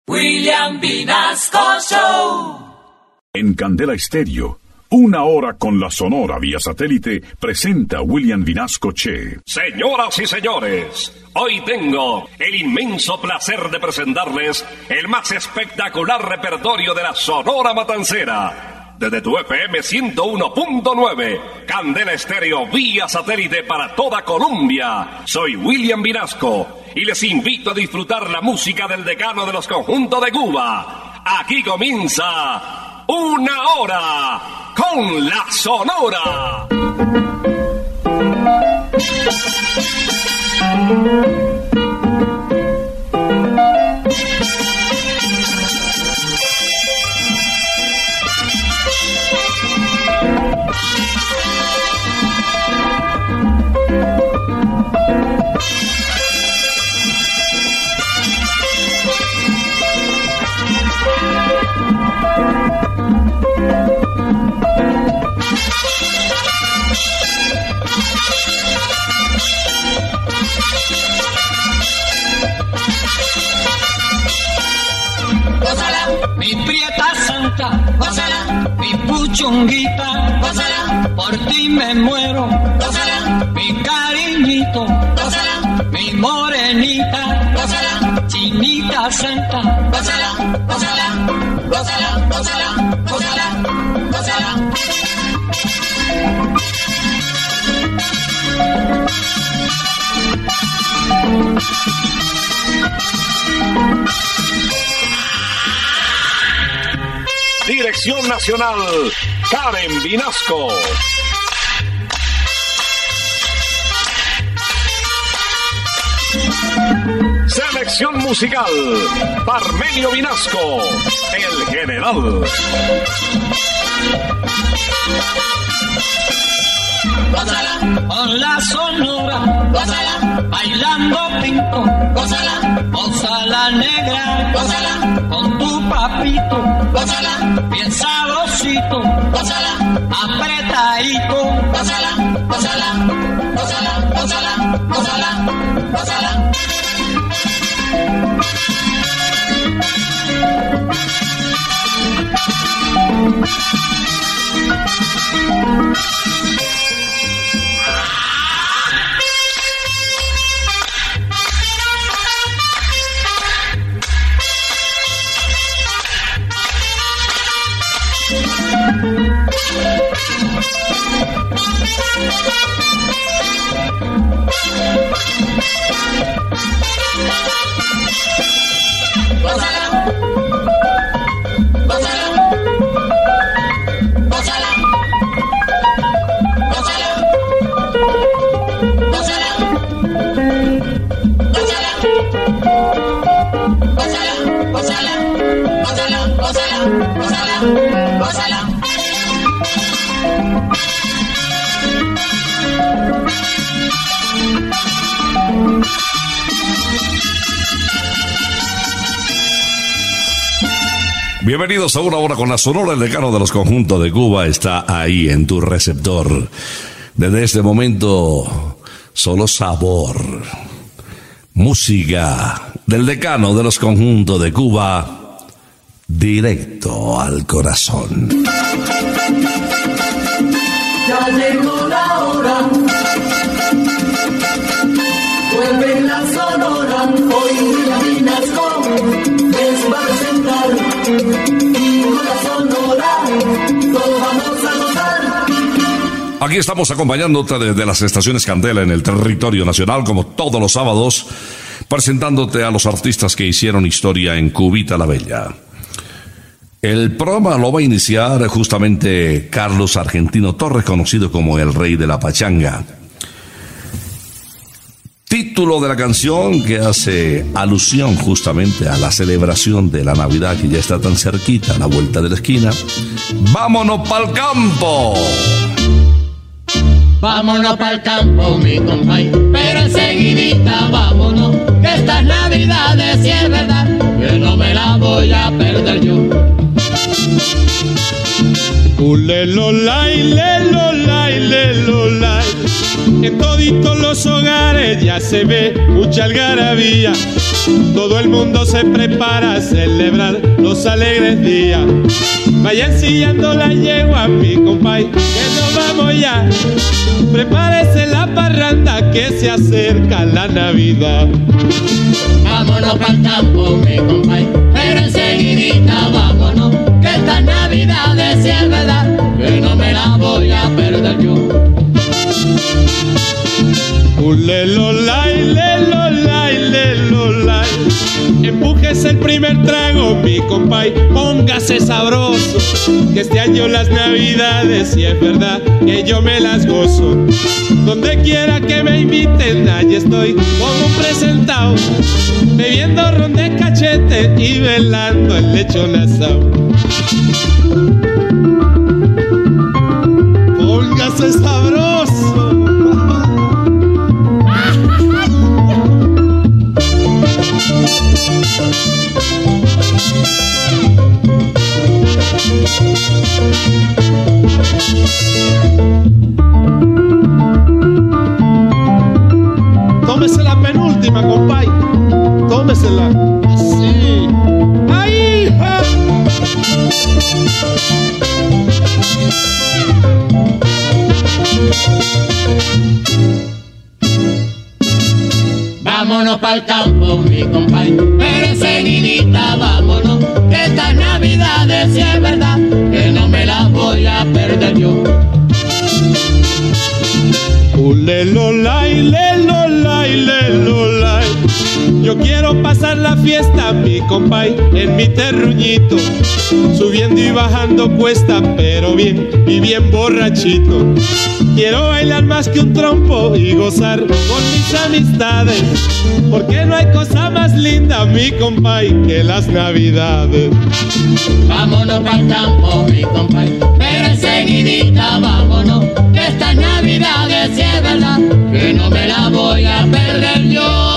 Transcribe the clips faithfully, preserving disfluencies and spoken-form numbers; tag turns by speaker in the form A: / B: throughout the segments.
A: William Vinasco Show.
B: En Candela Estéreo, una hora con la Sonora vía satélite, presenta William Vinasco Che.
C: Señoras y señores, hoy tengo el inmenso placer de presentarles el más espectacular repertorio de la Sonora Matancera. Desde tu F M ciento uno punto nueve, Candela Estéreo vía satélite para toda Colombia. Soy William Vinasco y les invito a disfrutar la música del decano de los conjuntos de Cuba. Aquí comienza Una Hora con la Sonora.
D: Gózala, mi prieta santa, gózala, mi puchunguita, gózala, por ti me muero, gózala, mi cariñito, gózala, mi morenita, gózala, chinita santa, gózala, gózala, gózala, gózala, gózala, gózala.
C: Dirección Nacional, Karen Vinasco. Selección musical, Parmenio Vinasco, el general.
D: Gózala, con la Sonora, gózala, bailando pinto, gózala, gózala negra, gózala, con tu papito, gózala, bien sabrosito, gózala, apretadito, gózala, gózala, gózala, gózala, gózala, gózala.
E: Bienvenidos a Una Hora con la Sonora. El decano de los conjuntos de Cuba está ahí en tu receptor. Desde este momento, solo sabor. Música del decano de los conjuntos de Cuba, directo al corazón.
A: Ya llegó la hora, vuelve la Sonora, hoy William Vinasco les va a presentar. Y con la Sonora todos vamos a gozar.
E: Aquí estamos acompañándote desde las estaciones Candela en el territorio nacional, como todos los sábados, presentándote a los artistas que hicieron historia en Cubita la Bella. El programa lo va a iniciar justamente Carlos Argentino Torres, conocido como el Rey de la Pachanga. Título de la canción que hace alusión justamente a la celebración de la Navidad que ya está tan cerquita, a la vuelta de la esquina. ¡Vámonos pa'l campo!
F: Vámonos pa'l campo, mi compay, pero enseguidita vámonos, que estas Navidades si es verdad, que no me la voy a perder yo.
G: Ulelolay, lelolay, lelolay. En toditos los hogares ya se ve mucha algarabía. todo el mundo se prepara a celebrar los alegres días. Vaya ensillando la yegua, mi compay, que nos vamos ya. Prepárese la parranda que se acerca la Navidad.
F: Vámonos pa'l campo, mi compay, pero enseguidita vámonos, que estas Navidades si es verdad, que no me la voy a perder yo.
G: Ulelolay, lelolay, lelolay. Empújese el primer trago, mi compay, póngase sabroso, que este año las Navidades, si es verdad, que yo me las gozo. Donde quiera que me inviten, allí estoy como un presentado, bebiendo ron de cachete y velando el lechón asado. Póngase sabroso. Tómese la penúltima, compay. Tómesela. Así. ¡Ahí! ¡Ja!
F: Vámonos pa'l campo, mi compay, pero enseguidita vámonos, que estas Navidades si es verdad, que no me las voy a perder yo.
G: Ulelolay, lelolay, lelolay. Yo quiero pasar la fiesta, mi compay, en mi terruñito, subiendo y bajando cuesta, pero bien y bien borrachito. Quiero bailar más que un trompo y gozar con mis amistades, porque no hay cosa más linda, mi compay, que las Navidades.
F: Vámonos pa'l campo, mi compay, pero enseguidita vámonos, que estas Navidades si es verdad, que no me la voy a perder yo.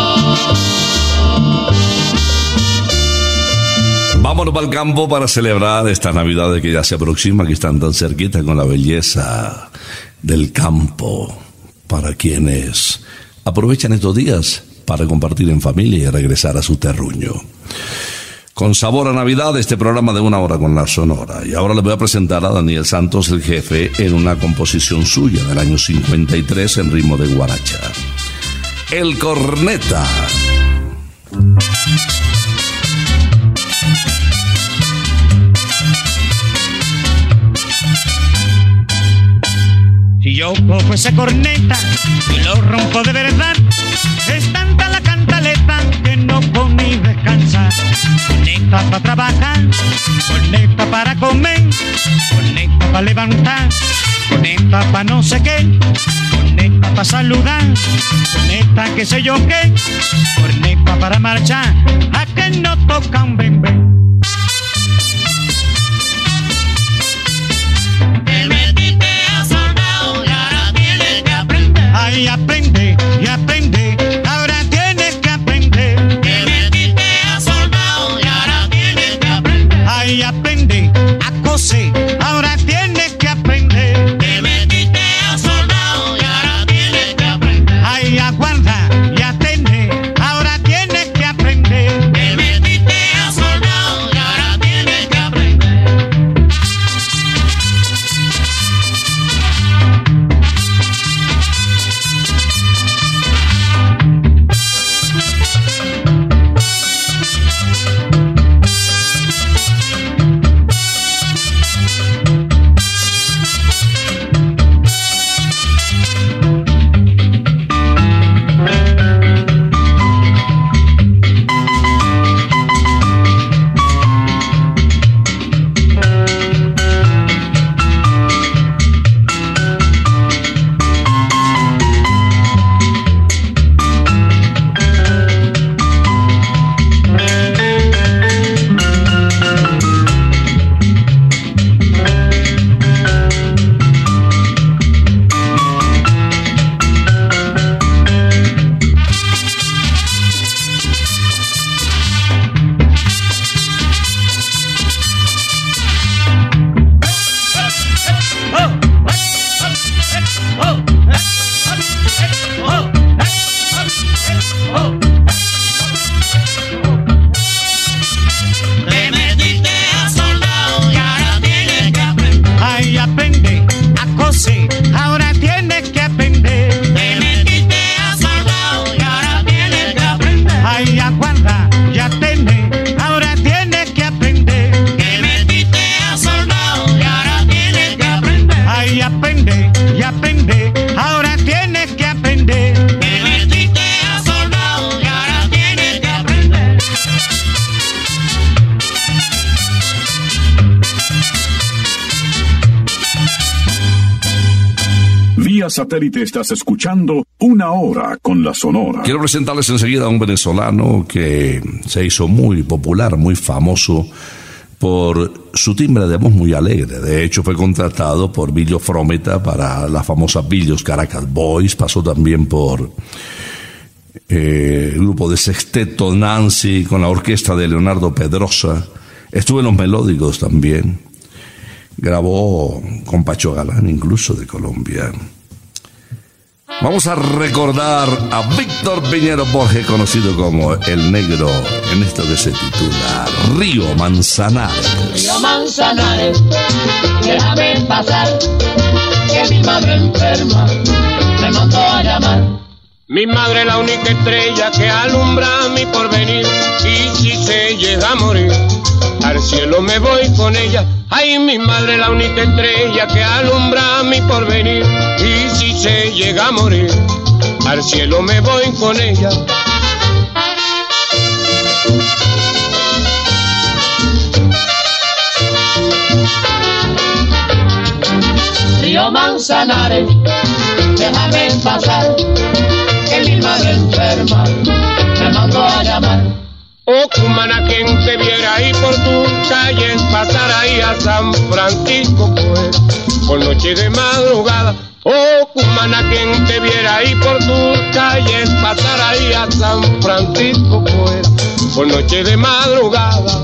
E: Vámonos para el campo para celebrar esta Navidad que ya se aproxima, que están tan cerquita, con la belleza del campo, para quienes aprovechan estos días para compartir en familia y regresar a su terruño. Con sabor a Navidad, este programa de una hora con la Sonora. Y ahora les voy a presentar a Daniel Santos, el jefe, en una composición suya del año cincuenta y tres en ritmo de guaracha. El Corneta.
H: Si yo cojo ese corneta y lo rompo de verdad, es tanta la cantaleta que no comí descansar. Corneta para trabajar, corneta para comer, corneta para levantar, corneta para no sé qué, corneta para saludar, corneta que sé yo qué, corneta para marchar, a que no toca un bembé. Y aprende, y aprende, ahora tienes que aprender.
F: Te metiste a soldado y ahora tienes que aprender.
H: Ay, aprende a coser, ahora tienes que aprender.
F: Te metiste a soldado y ahora tienes que aprender.
H: Ay, aguarda y atende, ahora tienes que aprender.
F: Te metiste a soldado y ahora tienes que aprender.
D: Te metiste a soldado y ahora tienes que aprender.
H: Ay, aprende a coser, ahora tienes que aprender.
D: Te metiste a soldado y ahora tienes que aprender.
H: Ay, a guardar, ya tenés, ahora tienes que aprender.
D: Te metiste a soldado y ahora tienes que aprender.
H: Ay, aprende, y aprende, ahora tienes que aprender.
D: Te metiste a soldado y ahora tienes que aprender.
B: Vía satélite estás escuchando Una Hora con la Sonora.
E: Quiero presentarles enseguida a un venezolano que se hizo muy popular, muy famoso por su timbre de voz muy alegre. De hecho, fue contratado por Billo Frometa para las famosas Billos Caracas Boys. Pasó también por eh, el grupo de Sexteto Nancy con la orquesta de Leonardo Pedrosa. Estuvo en los Melódicos también. Grabó con Pacho Galán, incluso de Colombia. Vamos a recordar a Víctor Piñero Borges, conocido como El Negro, en esto que se titula Río Manzanares.
F: Río Manzanares, déjame pasar, que mi madre enferma me mandó a llamar.
G: Mi madre es la única estrella que alumbra mi porvenir, y si se llega a morir, al cielo me voy con ella. Ay, mi madre es la única estrella que alumbra mi porvenir, y si se llega a morir, al cielo me voy con ella.
F: Río Manzanares, déjame pasar, que mi madre enferma me mandó a llamar.
G: Oh, cumana, quien te viera ahí por tu calle, pasar ahí a San Francisco, pues, por noche de madrugada. Oh, cumana, quien te viera ahí por tu calle, pasar ahí a San Francisco, pues, por noche de madrugada.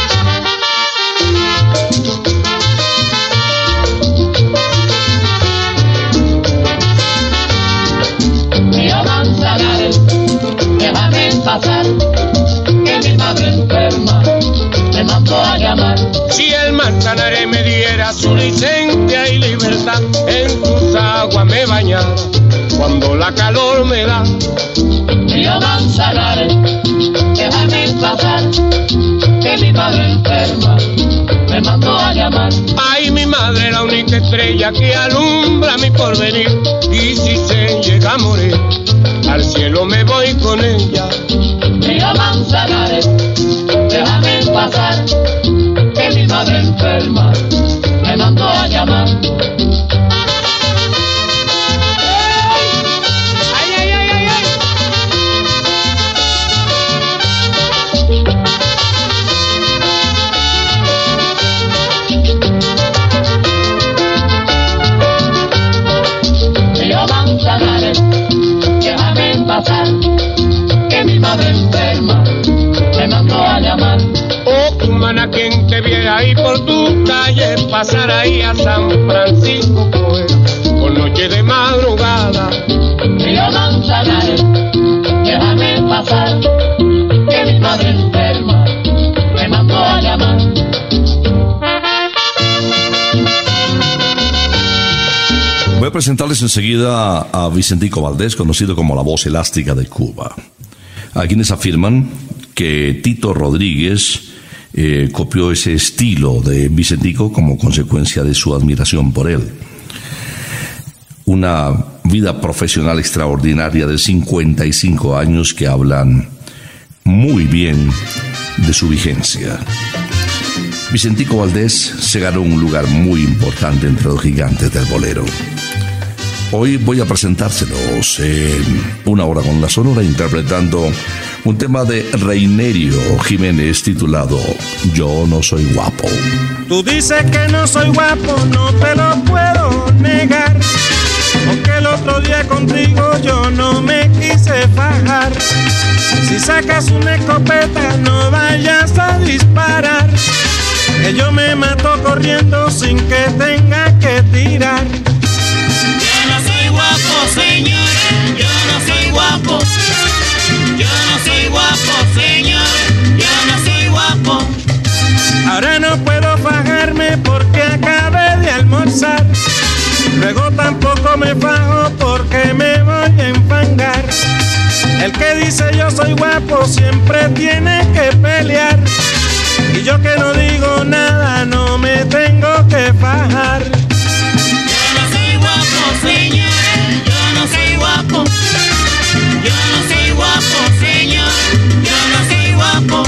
F: Río Manzanares, déjame pasar, que mi madre enferma me mandó a llamar.
G: Si el Manzanares me diera su licencia y libertad, en sus aguas me bañara cuando la calor me da.
F: Río Manzanares, déjame pasar, que mi madre enferma me mandó a llamar.
G: Ay, mi madre, la única estrella que alumbra mi porvenir, y si se llega a morir, al cielo me voy con ella.
F: Río Manzanares, déjame pasar, que mi madre enferma me mandó a llamar. ¡Ay, ay, ay, ay, ay! Río Manzanares, déjame pasar, que mi madre enferma me mandó a llamar.
G: Oh, cumana, quien te viera ahí por tu calle, pasar ahí a San Francisco, pues, por noche de madrugada.
F: Río Manzanares, déjame pasar, que mi madre enferma me mandó a llamar.
E: Voy a presentarles enseguida a Vicentico Valdés, conocido como la voz elástica de Cuba. Hay quienes afirman que Tito Rodríguez eh, copió ese estilo de Vicentico como consecuencia de su admiración por él. Una vida profesional extraordinaria de cincuenta y cinco años que hablan muy bien de su vigencia. Vicentico Valdés se ganó un lugar muy importante entre los gigantes del bolero. Hoy voy a presentárselos en Una Hora con la Sonora, interpretando un tema de Reinerio Jiménez titulado Yo no soy guapo.
H: Tú dices que no soy guapo, no te lo puedo negar, porque el otro día contigo yo no me quise fajar. Si sacas una escopeta no vayas a disparar, que yo me mato corriendo sin que tenga que tirar.
D: Yo no soy guapo, señores, yo no soy guapo. Yo no soy guapo, señores, yo no soy guapo.
G: Ahora no puedo fajarme porque acabé de almorzar. Luego tampoco me fajo porque me voy a enfangar. El que dice yo soy guapo siempre tiene que pelear. Y yo que no digo nada no me tengo que fajar.
D: Yo no soy guapo, señor, yo no soy guapo. Yo no soy guapo, señor, yo no soy guapo.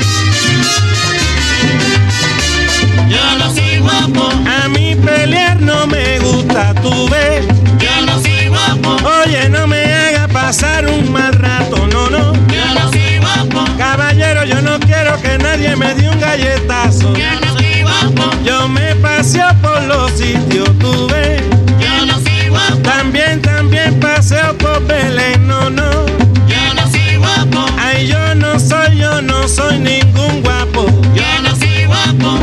D: Yo no soy guapo.
G: A mí pelear no me gusta, tú ves.
D: Yo no soy guapo.
G: Oye, no me haga pasar un mal rato, no, no.
D: Yo no soy guapo.
G: Caballero, yo no quiero que nadie me dé un galletazo.
D: Yo no soy guapo.
G: Yo me paseo por los sitios, tú ves.
D: Yo no soy guapo.
G: También, también paseo por Belén, no, no.
D: Yo no soy guapo.
G: Ay, yo no soy, yo no soy ningún guapo.
D: Yo no soy guapo.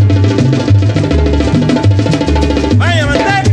G: Vaya, manteca.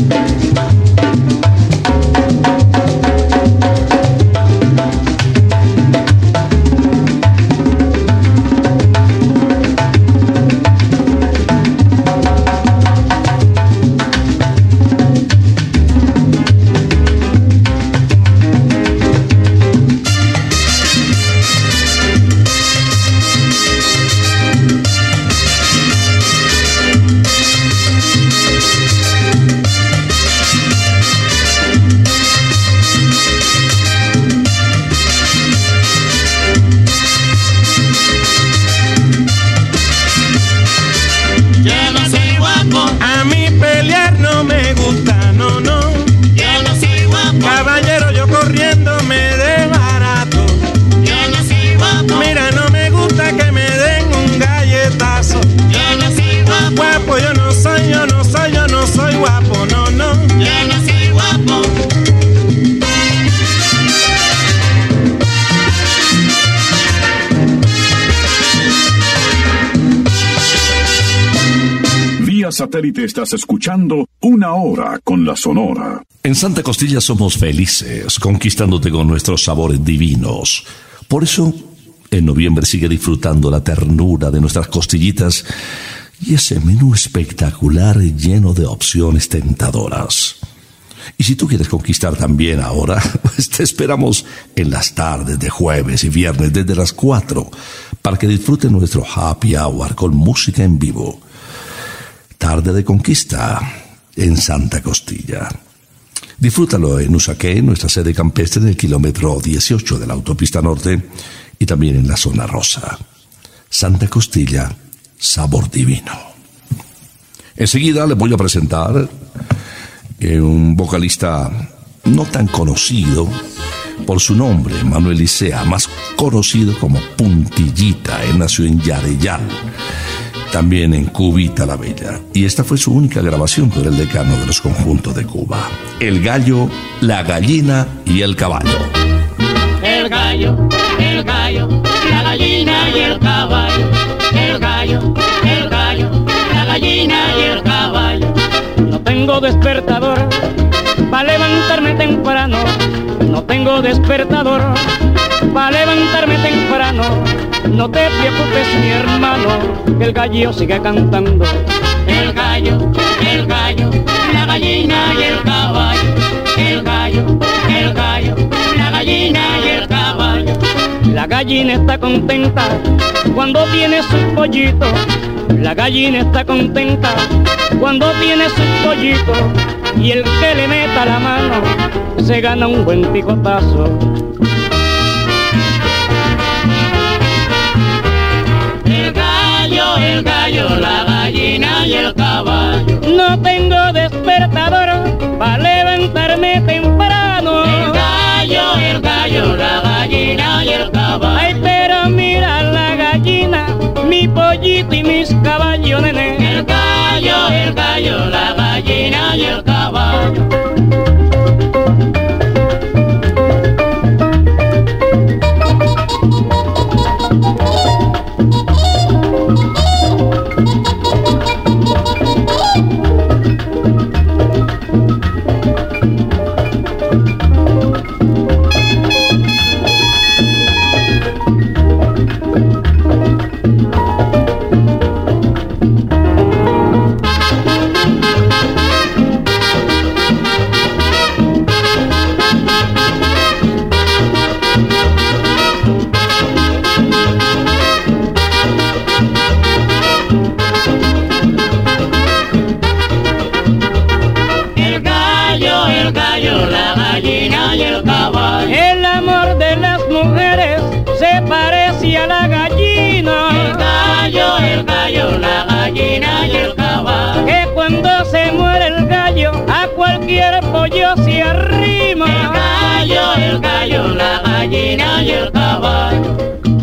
B: Satélite estás escuchando Una Hora con la Sonora.
E: En Santa Costilla somos felices, conquistándote con nuestros sabores divinos. Por eso, en noviembre sigue disfrutando la ternura de nuestras costillitas y ese menú espectacular lleno de opciones tentadoras. Y si tú quieres conquistar también ahora, pues te esperamos en las tardes de jueves y viernes desde las cuatro para que disfruten nuestro happy hour con música en vivo. Tarde de conquista en Santa Costilla. Disfrútalo en Usaquén, nuestra sede campestre del kilómetro dieciocho de la autopista norte y también en la zona rosa. Santa Costilla, sabor divino. Enseguida les voy a presentar eh, un vocalista no tan conocido por su nombre, Manuel Licea, más conocido como Puntillita. Él nació en Yareyal, también en Cubita la Bella, y esta fue su única grabación por el decano de los conjuntos de Cuba. El gallo, la gallina y el caballo.
F: El gallo, el gallo, la gallina y el caballo. El gallo, el gallo, la gallina y el caballo.
I: No tengo despertador para levantarme temprano. No tengo despertador para levantarme temprano. No te preocupes, mi hermano, que el gallo sigue cantando.
F: El gallo, el gallo, la gallina y el caballo. El gallo, el gallo, la gallina y el caballo.
I: La gallina está contenta cuando tiene sus pollitos. La gallina está contenta cuando tiene sus pollitos. Y el que le meta la mano se gana un buen picotazo.
F: El gallo, el gallo, la gallina y el caballo.
I: No tengo despertador para levantarme temprano.
F: El gallo, el gallo, la gallina y el caballo.
I: Ay, pero mira la gallina, mi pollito y mis caballos, nene.
F: El gallo, el gallo, la gallina y el caballo. gallina y el caballo.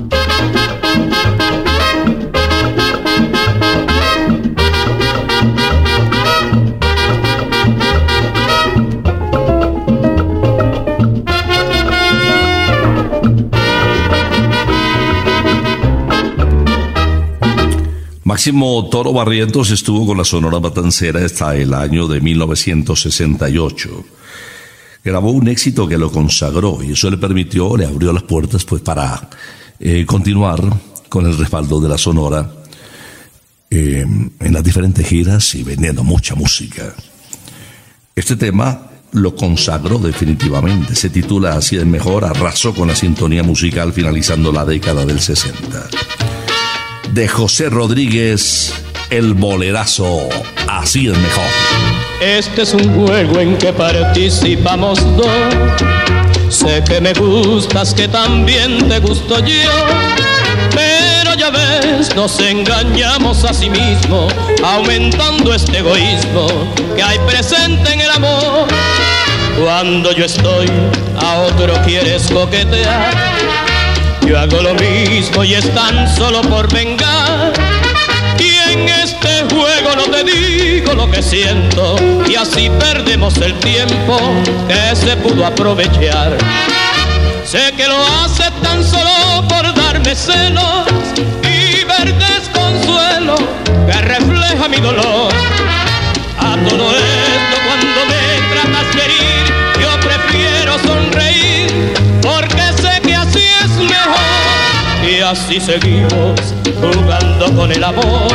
E: Máximo Toro Barrientos estuvo con la Sonora Matancera hasta el año de mil novecientos sesenta y ocho. Grabó un éxito que lo consagró y eso le permitió, le abrió las puertas pues para eh, continuar con el respaldo de la Sonora eh, en las diferentes giras y vendiendo mucha música. Este tema lo consagró definitivamente, se titula Así es mejor, arrasó con la sintonía musical finalizando la década del sesenta. De José Rodríguez, el bolerazo, Así es mejor.
J: Este es un juego en que participamos dos. Sé que me gustas, que también te gusto yo. Pero ya ves, nos engañamos a sí mismos, aumentando este egoísmo que hay presente en el amor. Cuando yo estoy, a otro quieres coquetear. Yo hago lo mismo y es tan solo por vengar. Y en este juego no te digo lo que siento, y así perdemos el tiempo que se pudo aprovechar. Sé que lo hace tan solo por darme celos y ver desconsuelo que refleja mi dolor. A todo esto cuando me tratas de herir, yo prefiero sonreír porque sé que así es mejor. Y así seguimos jugando con el amor,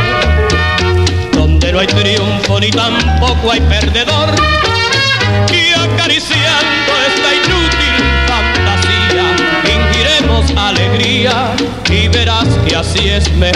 J: donde no hay triunfo ni tampoco hay perdedor. Y acariciando esta inútil fantasía, fingiremos alegría y verás que así es mejor.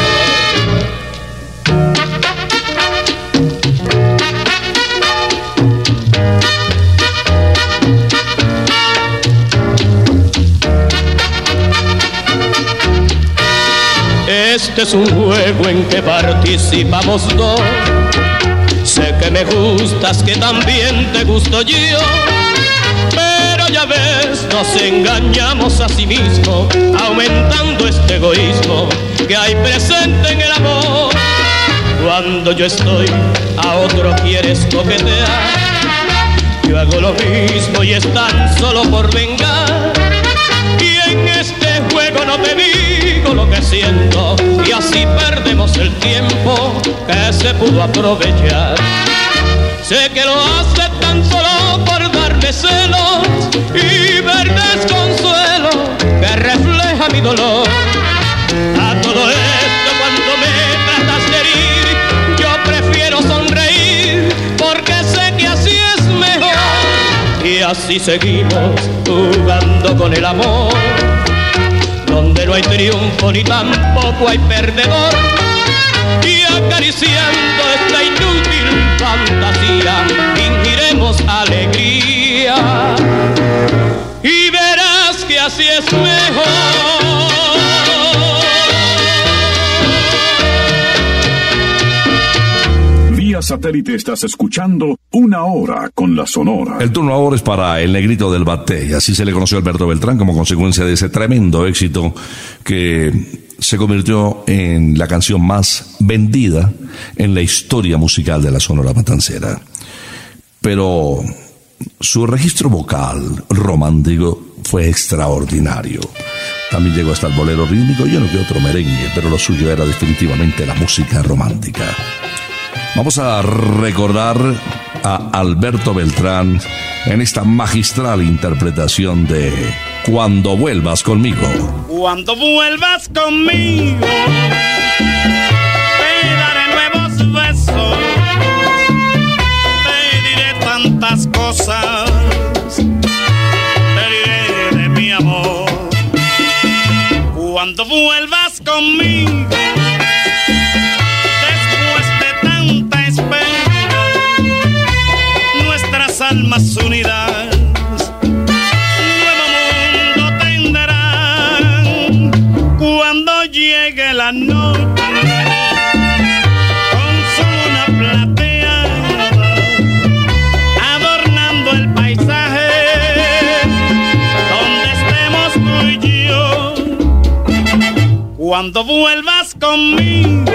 J: Este es un juego en que participamos dos. Sé que me gustas, que también te gusto yo. Pero ya ves, nos engañamos a sí mismos, aumentando este egoísmo que hay presente en el amor. Cuando yo estoy, a otro quieres coquetear. Yo hago lo mismo y es tan solo por vengar. Y en este juego no te digo lo que siento, y así perdemos el tiempo que se pudo aprovechar. Sé que lo hace tan solo por darme celos y ver desconsuelo que refleja mi dolor. A todo esto cuando me tratas de herir, yo prefiero sonreír porque sé que así es mejor. Y así seguimos jugando con el amor, donde no hay triunfo ni tampoco hay perdedor. Y acariciando esta inútil fantasía, fingiremos alegría y verás que así es mejor.
B: Vía satélite estás escuchando Una Hora con la Sonora.
E: El turno ahora es para el Negrito del Bate, y así se le conoció a Alberto Beltrán como consecuencia de ese tremendo éxito que se convirtió en la canción más vendida en la historia musical de la Sonora Matancera. Pero su registro vocal romántico fue extraordinario. También llegó hasta el bolero rítmico y uno que otro merengue, pero lo suyo era definitivamente la música romántica. Vamos a recordar a Alberto Beltrán en esta magistral interpretación de Cuando vuelvas conmigo.
H: Cuando vuelvas conmigo, te daré nuevos besos, te diré tantas cosas, te diré de mi amor. Cuando vuelvas conmigo, almas unidas, nuevo mundo tendrán. Cuando llegue la noche con su luna plateada, adornando el paisaje donde estemos tú y yo. Cuando vuelvas conmigo,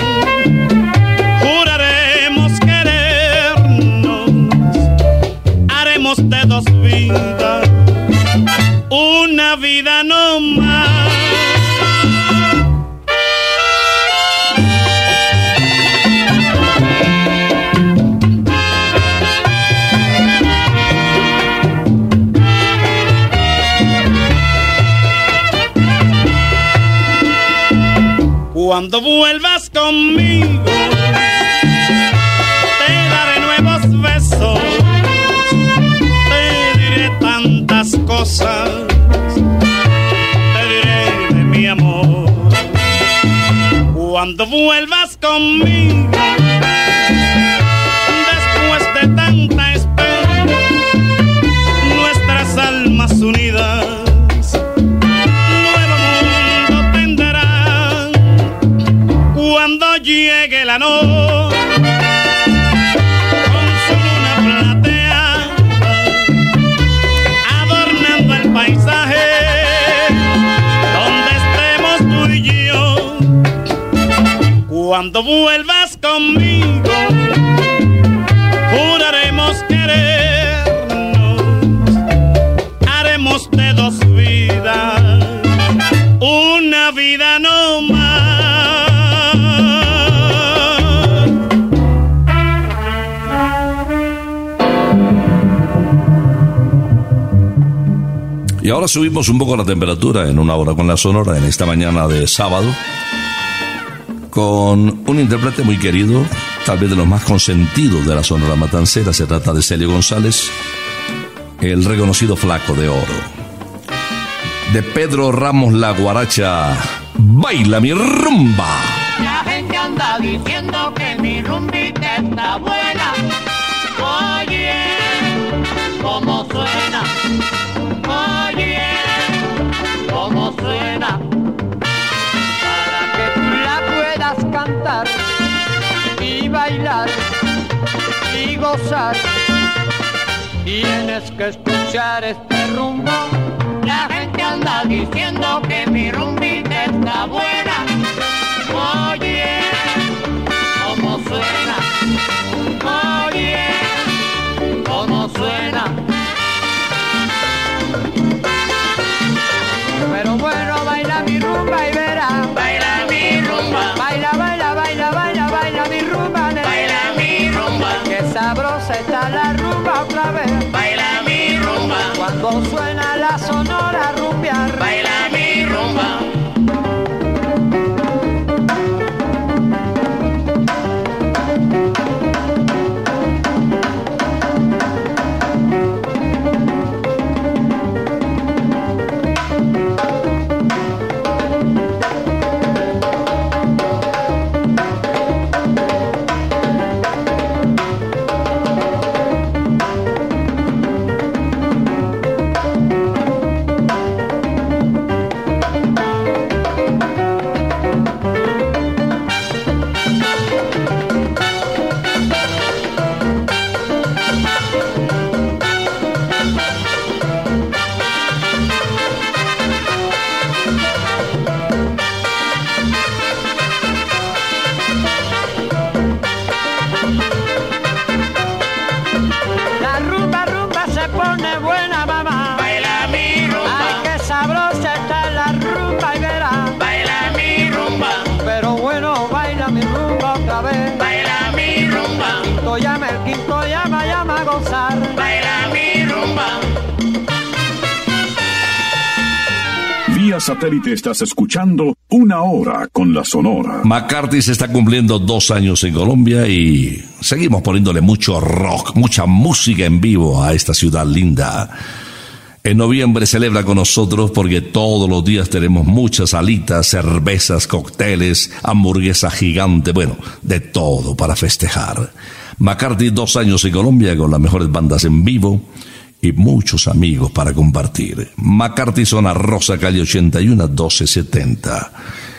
H: juraremos querernos, haremos de dos vidas una vida no más. Cuando vuelvas conmigo, te daré nuevos besos, te diré tantas cosas, te diré de mi amor. Cuando vuelvas conmigo, después de tanta espera, nuestras almas unidas, cuando llegue la noche con su luna plateada adornando el paisaje donde estemos tú y yo. Cuando vuelvas conmigo, juraremos querernos, haremos de dos vidas una vida no más.
E: Y ahora subimos un poco la temperatura en Una Hora con la Sonora en esta mañana de sábado con un intérprete muy querido, tal vez de los más consentidos de la Sonora Matancera. Se trata de Celio González, el reconocido Flaco de Oro. De Pedro Ramos La Guaracha, Baila mi rumba.
F: La gente anda diciendo que mi rumbita está buena. Oye, cómo suena. Oye, cómo suena. Para que tú la puedas cantar y bailar y gozar, tienes que escuchar este rumbo. La gente anda diciendo que mi rumbita está buena. Oye, cómo suena. Oye, cómo suena. Pero bueno, baila mi rumba y verá. Baila mi rumba. Baila, baila, baila, baila, baila mi rumba. Nene. Baila mi rumba. Qué sabrosa está la rumba otra vez. Baila mi rumba. Cuando suena la sonora rumbear. Baila mi rumba.
B: Vía satélite estás escuchando Una Hora con la Sonora.
E: McCarthy se está cumpliendo dos años en Colombia y seguimos poniéndole mucho rock, mucha música en vivo a esta ciudad linda. En noviembre celebra con nosotros porque todos los días tenemos muchas alitas, cervezas, cócteles, hamburguesa gigante, bueno, de todo para festejar. McCarthy, dos años en Colombia con las mejores bandas en vivo y muchos amigos para compartir. McCarthy, Zona Rosa, calle ochenta y uno, doce setenta.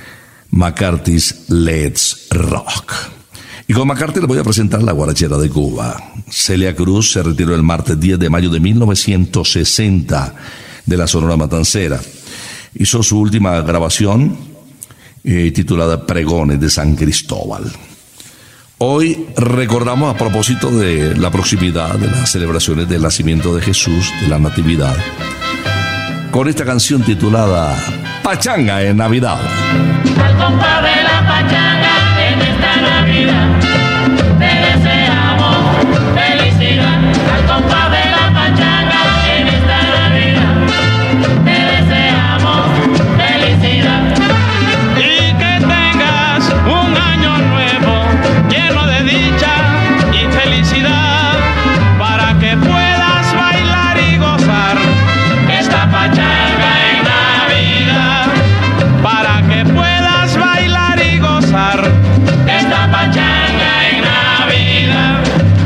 E: McCarthy's Let's Rock. Y con McCarthy les voy a presentar la guarachera de Cuba. Celia Cruz se retiró el martes diez de mayo de mil novecientos sesenta de la Sonora Matancera. Hizo su última grabación eh, titulada Pregones de San Cristóbal. Hoy recordamos, a propósito de la proximidad de las celebraciones del nacimiento de Jesús, de la Natividad, con esta canción titulada Pachanga en Navidad.
D: Al compás de la pachanga en esta Navidad, te deseamos felicidad. Al compás de la pachanga en esta Navidad, te deseamos felicidad.
H: Y que tengas un año nuevo lleno de dicha y felicidad, para que puedas bailar y gozar esta pachanga en Navidad, para que puedas bailar y gozar esta pachanga en Navidad.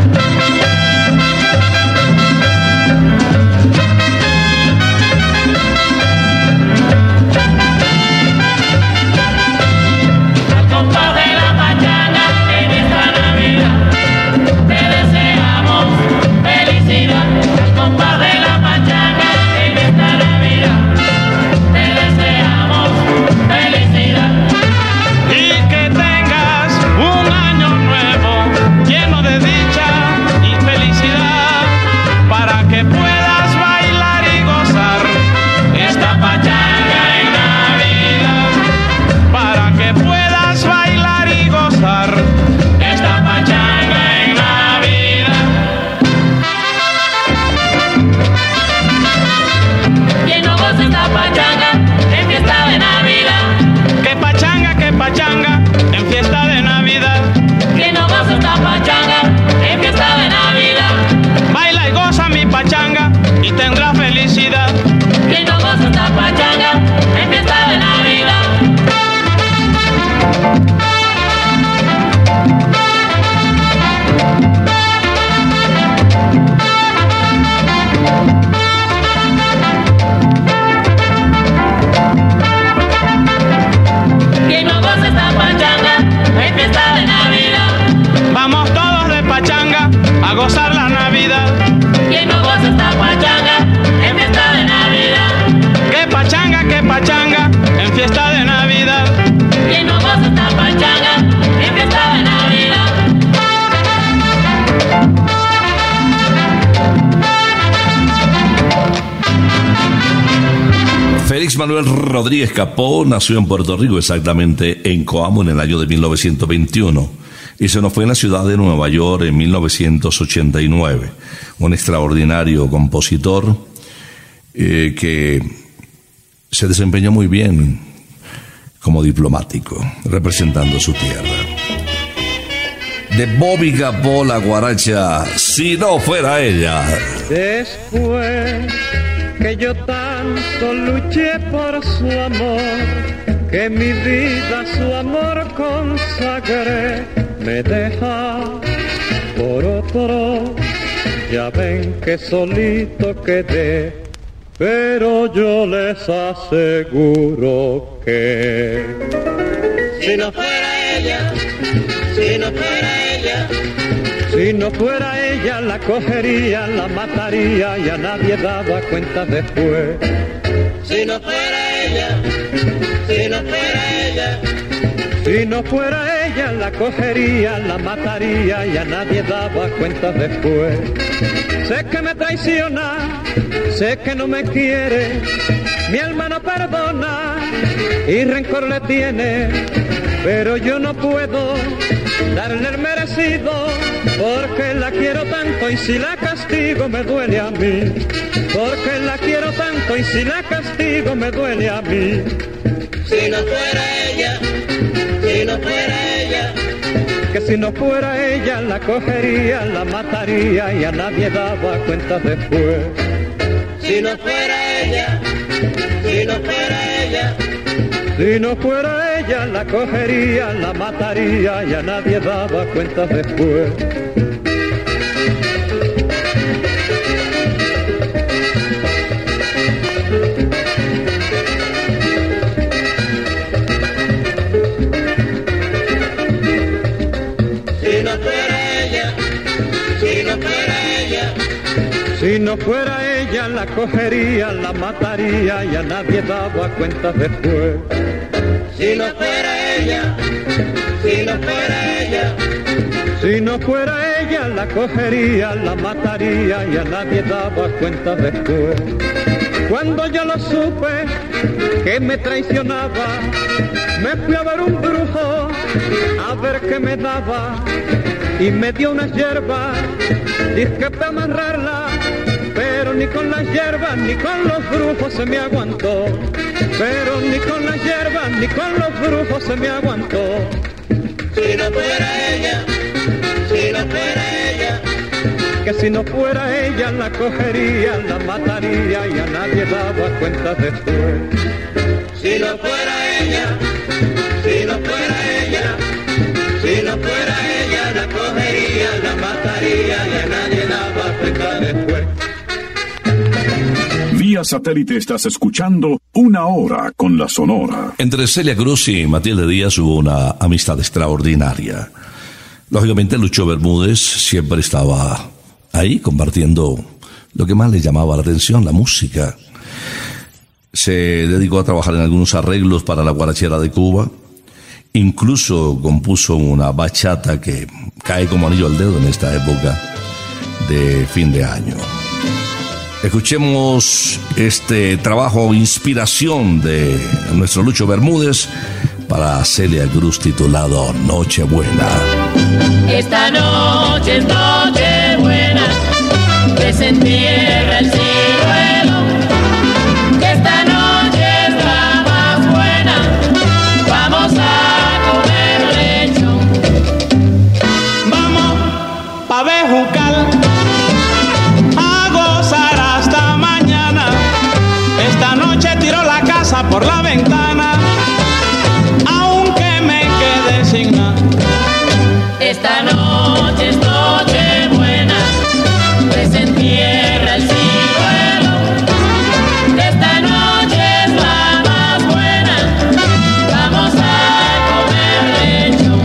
D: Al compás de la pachanga en esta Navidad, te deseamos felicidad. Al compás de la pachanga en esta Navidad, te deseamos felicidad.
H: Y que tengas un año nuevo lleno de dicha y felicidad, para que puedas bailar y gozar esta pachanga en Navidad, para que puedas bailar y gozar esta pachanga en Navidad.
D: Quien no goza esta pachanga en fiesta de Navidad,
H: Que pachanga, que pachanga en fiesta de Navidad,
D: quien no goza esta pachanga en fiesta de Navidad,
H: baila y goza mi pachanga y tendrá felicidad.
D: quien no goza esta pachanga en fiesta de Navidad. Quien no goza esta pachanga en fiesta de Navidad,
H: Vamos todos de pachanga a gozar la Navidad.
D: quien no goza esta pachanga en fiesta de Navidad,
H: Que pachanga, que pachanga en fiesta de Navidad.
D: quien no goza esta pachanga en fiesta de Navidad.
E: Félix Manuel Rodríguez Capó nació en Puerto Rico, exactamente en Coamo, en el año de mil novecientos veintiuno, y se nos fue en la ciudad de Nueva York en mil novecientos ochenta y nueve. Un extraordinario compositor eh, que se desempeñó muy bien como diplomático, representando su tierra. De Bobby Capó, la guaracha, Si no fuera ella.
K: Después que yo tanto luché por su amor, que mi vida su amor consagré, me deja por otro, ya ven que solito quedé, pero yo les aseguro que
D: Si no fuera ella, si no fuera ella,
K: si no fuera ella la cogería, la mataría y a nadie daba cuenta después.
D: si no fuera ella, si no fuera ella,
K: Si no fuera ella la cogería, la mataría y a nadie daba cuenta después. Sé que me traiciona, sé que no me quiere, mi alma no perdona y rencor le tiene, pero yo no puedo darle el merecido, porque la quiero tanto y si la castigo me duele a mí, porque la quiero tanto y si la castigo me duele a mí.
D: si no fuera ella, si no fuera ella,
K: Que si no fuera ella la cogería, la mataría y a nadie daba cuenta después.
D: si no fuera ella, si no fuera ella,
K: Si no fuera ella la cogería, la mataría y a nadie daba cuenta después.
D: si no fuera ella, si no fuera ella,
K: Si no fuera ella la cogería, la mataría y a nadie daba cuenta después.
D: si no fuera
A: ella, si no fuera ella,
K: si no fuera ella la cogería, la mataría y a nadie daba cuenta después. Cuando yo lo supe que me traicionaba, me fui a ver un brujo a ver qué me daba y me dio unas hierbas, dije para amarrarla, pero ni con las hierbas ni con los brujos se me aguantó, pero ni con las hierbas ni con los brujos se me aguantó.
A: Si no fuera ella, si no fuera ella,
K: que si no fuera ella la cogería, la mataría y a nadie daba cuenta después.
A: Si no fuera ella, si no fuera ella, si no fuera ella la cogería, la mataría y a nadie daba cuenta después.
B: Vía satélite estás escuchando Una Hora con la Sonora.
E: Entre Celia Cruz y Matilde Díaz hubo una amistad extraordinaria. Lógicamente Lucho Bermúdez siempre estaba ahí compartiendo lo que más le llamaba la atención, la música. Se dedicó a trabajar en algunos arreglos para la guarachera de Cuba. Incluso compuso una bachata que cae como anillo al dedo en esta época de fin de año. Escuchemos este trabajo, inspiración de nuestro Lucho Bermúdez para Celia Cruz, titulado Nochebuena.
D: Esta noche es Nochebuena, que se entierra el ciruelo, que esta noche es la más buena, vamos a comer lechón.
H: Vamos pa' Bejucal a gozar hasta mañana. Esta noche tiro la casa por la ventana, aunque me quede sin nada.
D: Esta noche es Nochebuena, que se entierra el ciruelo, que esta noche es la más buena, vamos a comer lechón.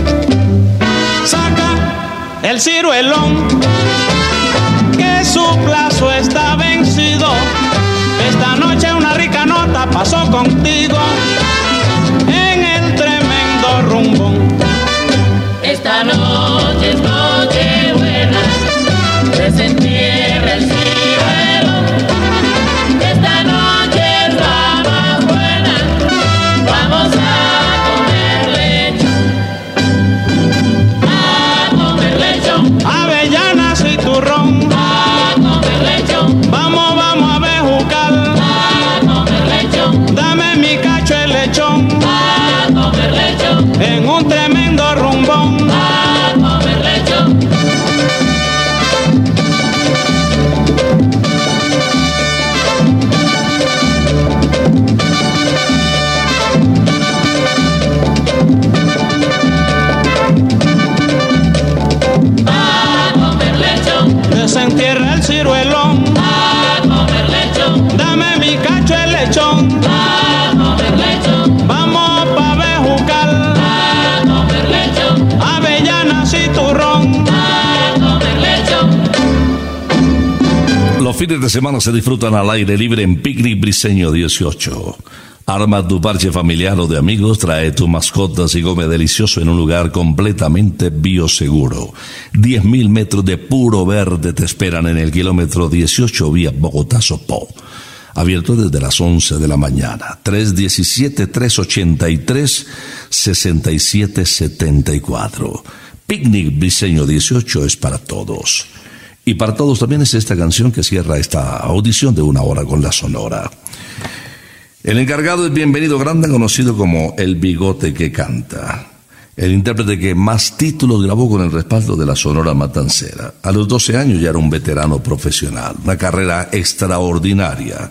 H: Saca el ciruelón, que su plazo está vencido. Esta noche una rica nota pasó contigo en el tremendo rumbón.
D: Esta noche es Nochebuena, que se entierra el ciruelo, que esta noche es la más buena, vamos a comer lechón, a comer lechón,
H: avellanas y turrón,
D: a comer lechón,
H: vamos, vamos a Bejucal,
D: a comer lechón,
H: dame mi cacho el lechón,
D: a comer lechón,
H: en un tremendo rumbón.
D: a comer lechón. A comer lechón,
H: Que se entierra el ciruelón,
D: a comer lechón,
H: dame mi cacho el lechón,
D: a comer lechón,
H: vamos pa' Bejucal,
D: a comer lechón,
H: avellanas y turrón.
D: a comer lechón.
E: Los fines de semana se disfrutan al aire libre en Picnic Briseño dieciocho. Arma tu parche familiar o de amigos, trae tus mascotas y come delicioso en un lugar completamente bioseguro. diez mil metros de puro verde te esperan en el kilómetro dieciocho vía Bogotá-Sopó. Abierto desde las once de la mañana. tres uno siete, tres ocho tres, seis siete siete cuatro. Picnic Briseño dieciocho es para todos. Y para todos también es esta canción que cierra esta audición de Una Hora con la Sonora. El encargado es Bienvenido Granda, conocido como El Bigote que Canta. El intérprete que más títulos grabó con el respaldo de la Sonora Matancera. A los doce años ya era un veterano profesional, una carrera extraordinaria.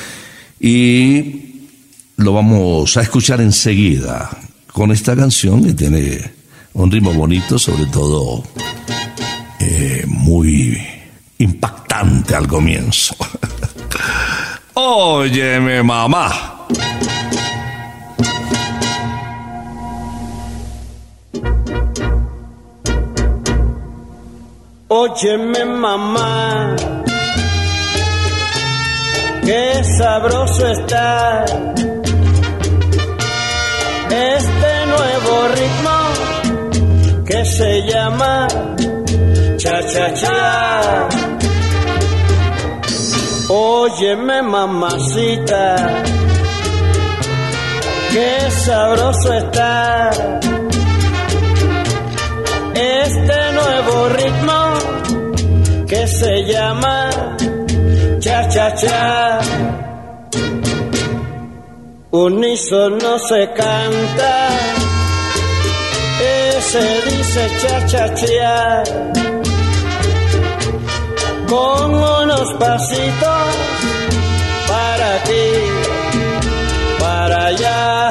E: Y lo vamos a escuchar enseguida con esta canción que tiene un ritmo bonito, sobre todo eh, muy impactante al comienzo. Óyeme, mamá.
L: Óyeme, mamá, qué sabroso está este que se llama cha-cha-cha. Óyeme mamacita, qué sabroso está este nuevo ritmo que se llama cha-cha-cha. Unísono se canta, ese dice cha-cha-cha, con unos pasitos para aquí, para allá.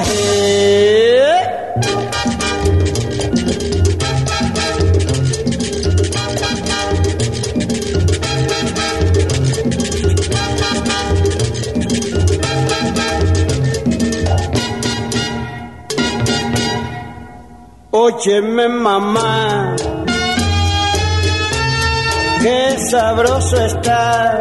L: Óyeme mamá, qué sabroso está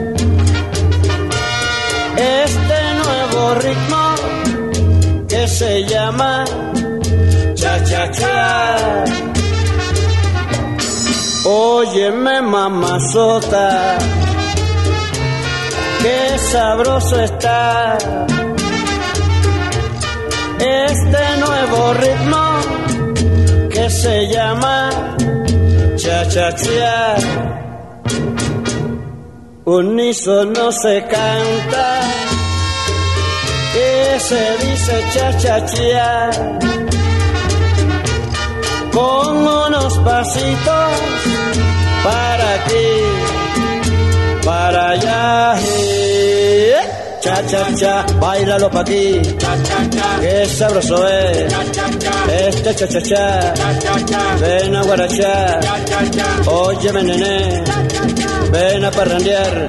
L: este nuevo ritmo que se llama cha-cha-cha. Óyeme mamazota, qué sabroso está este nuevo ritmo que se llama cha-cha-cha. Unísono se canta, que se dice cha-cha-cha, con unos pasitos para aquí, para allá. Cha-cha-cha, báilalo pa' aquí, qué sabroso es este cha-cha-cha. Ven a guarachar, óyeme nené, ven a parrandear.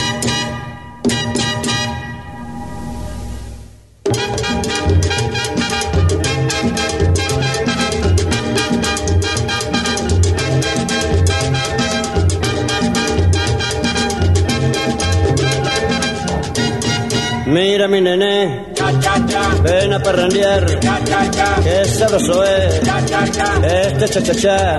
L: Mira mi nené, ven a parrandear, qué sabroso es este cha-cha-cha.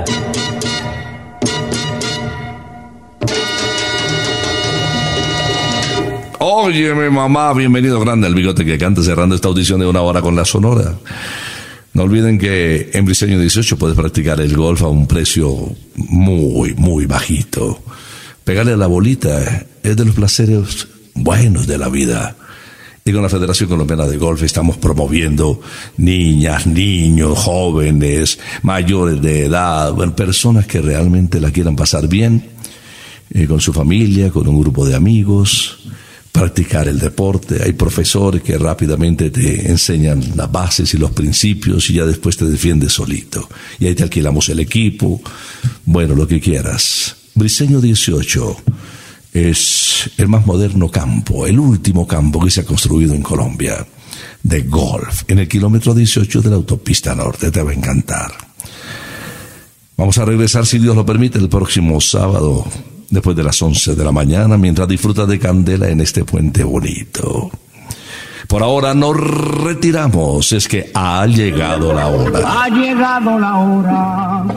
E: Óyeme mamá, bienvenido grande al bigote que canta, cerrando esta audición de una hora con la Sonora. No olviden que en Briseño dieciocho puedes practicar el golf a un precio muy, muy bajito. Pegarle a la bolita es de los placeres buenos de la vida. Y con la Federación Colombiana de Golf estamos promoviendo niñas, niños, jóvenes, mayores de edad, bueno, personas que realmente la quieran pasar bien, eh, con su familia, con un grupo de amigos, practicar el deporte. Hay profesores que rápidamente te enseñan las bases y los principios y ya después te defiendes solito. Y ahí te alquilamos el equipo, bueno, lo que quieras. Briseño dieciocho es el más moderno campo, el último campo que se ha construido en Colombia de golf, en el kilómetro dieciocho de la autopista norte. Te va a encantar. Vamos a regresar, si Dios lo permite, el próximo sábado, después de las once de la mañana, mientras disfrutas de candela en este puente bonito. Por ahora nos retiramos, es que ha llegado la hora.
M: Ha llegado la hora,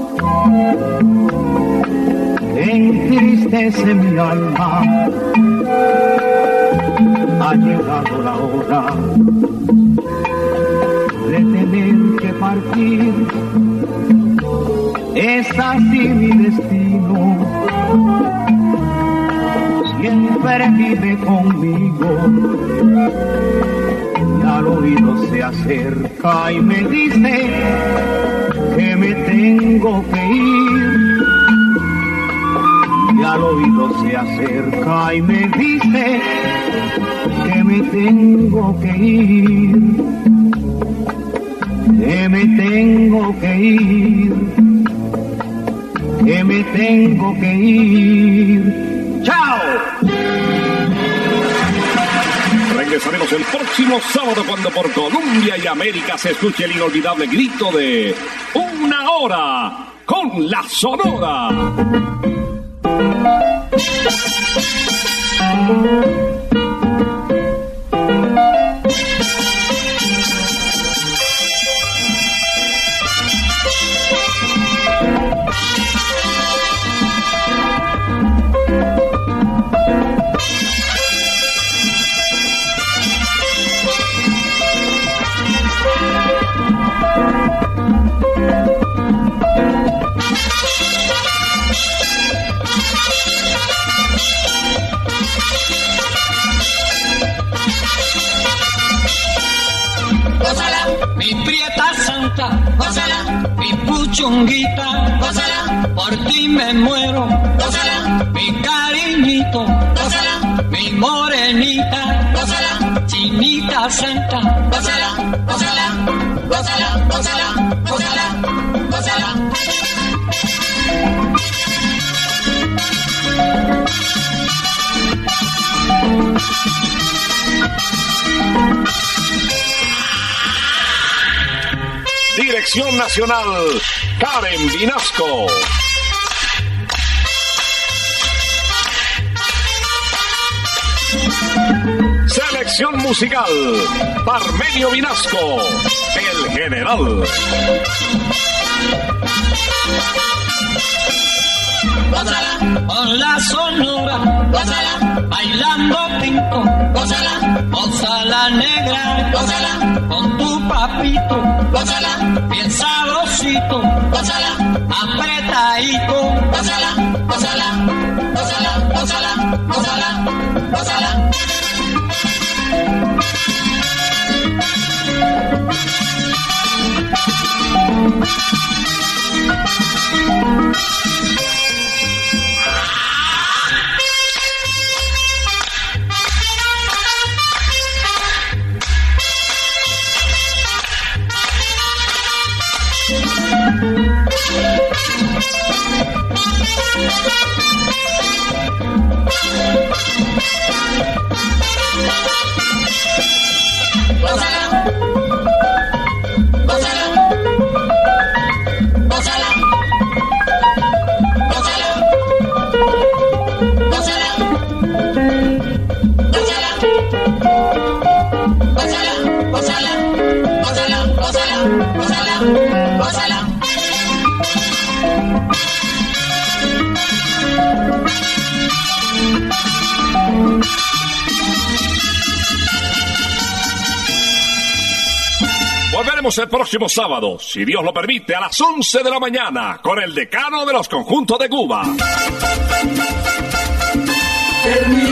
M: entristece mi alma. Ha llegado la hora de tener que partir. Es así mi destino, siempre vive conmigo. Y al oído se acerca y me dice que me tengo que ir. Y al oído se acerca y me dice que me tengo que ir, que me tengo que ir, que me tengo que ir. ¡Chao!
C: Regresaremos el próximo sábado cuando por Colombia y América se escuche el inolvidable grito de Una Hora con la Sonora.
N: chunguita, gózala, por ti me muero, gózala, mi cariñito, gózala, mi morenita, gózala, chinita santa, gózala, gózala, gózala, gózala, gózala, gózala.
C: Dirección Nacional, Karen Vinasco. Selección musical, Parmenio Vinasco, el general.
N: Gózala, con la sonora, gózala, bailando pinto, gózala, gózala negra, gózala, con tu papito, gózala, bien sabrosito, gózala, apretadito, gózala, gózala, gózala, gózala, gózala, gózala.
C: Volveremos el próximo sábado, si Dios lo permite, a las once de la mañana, con el decano de los conjuntos de Cuba.
A: Termina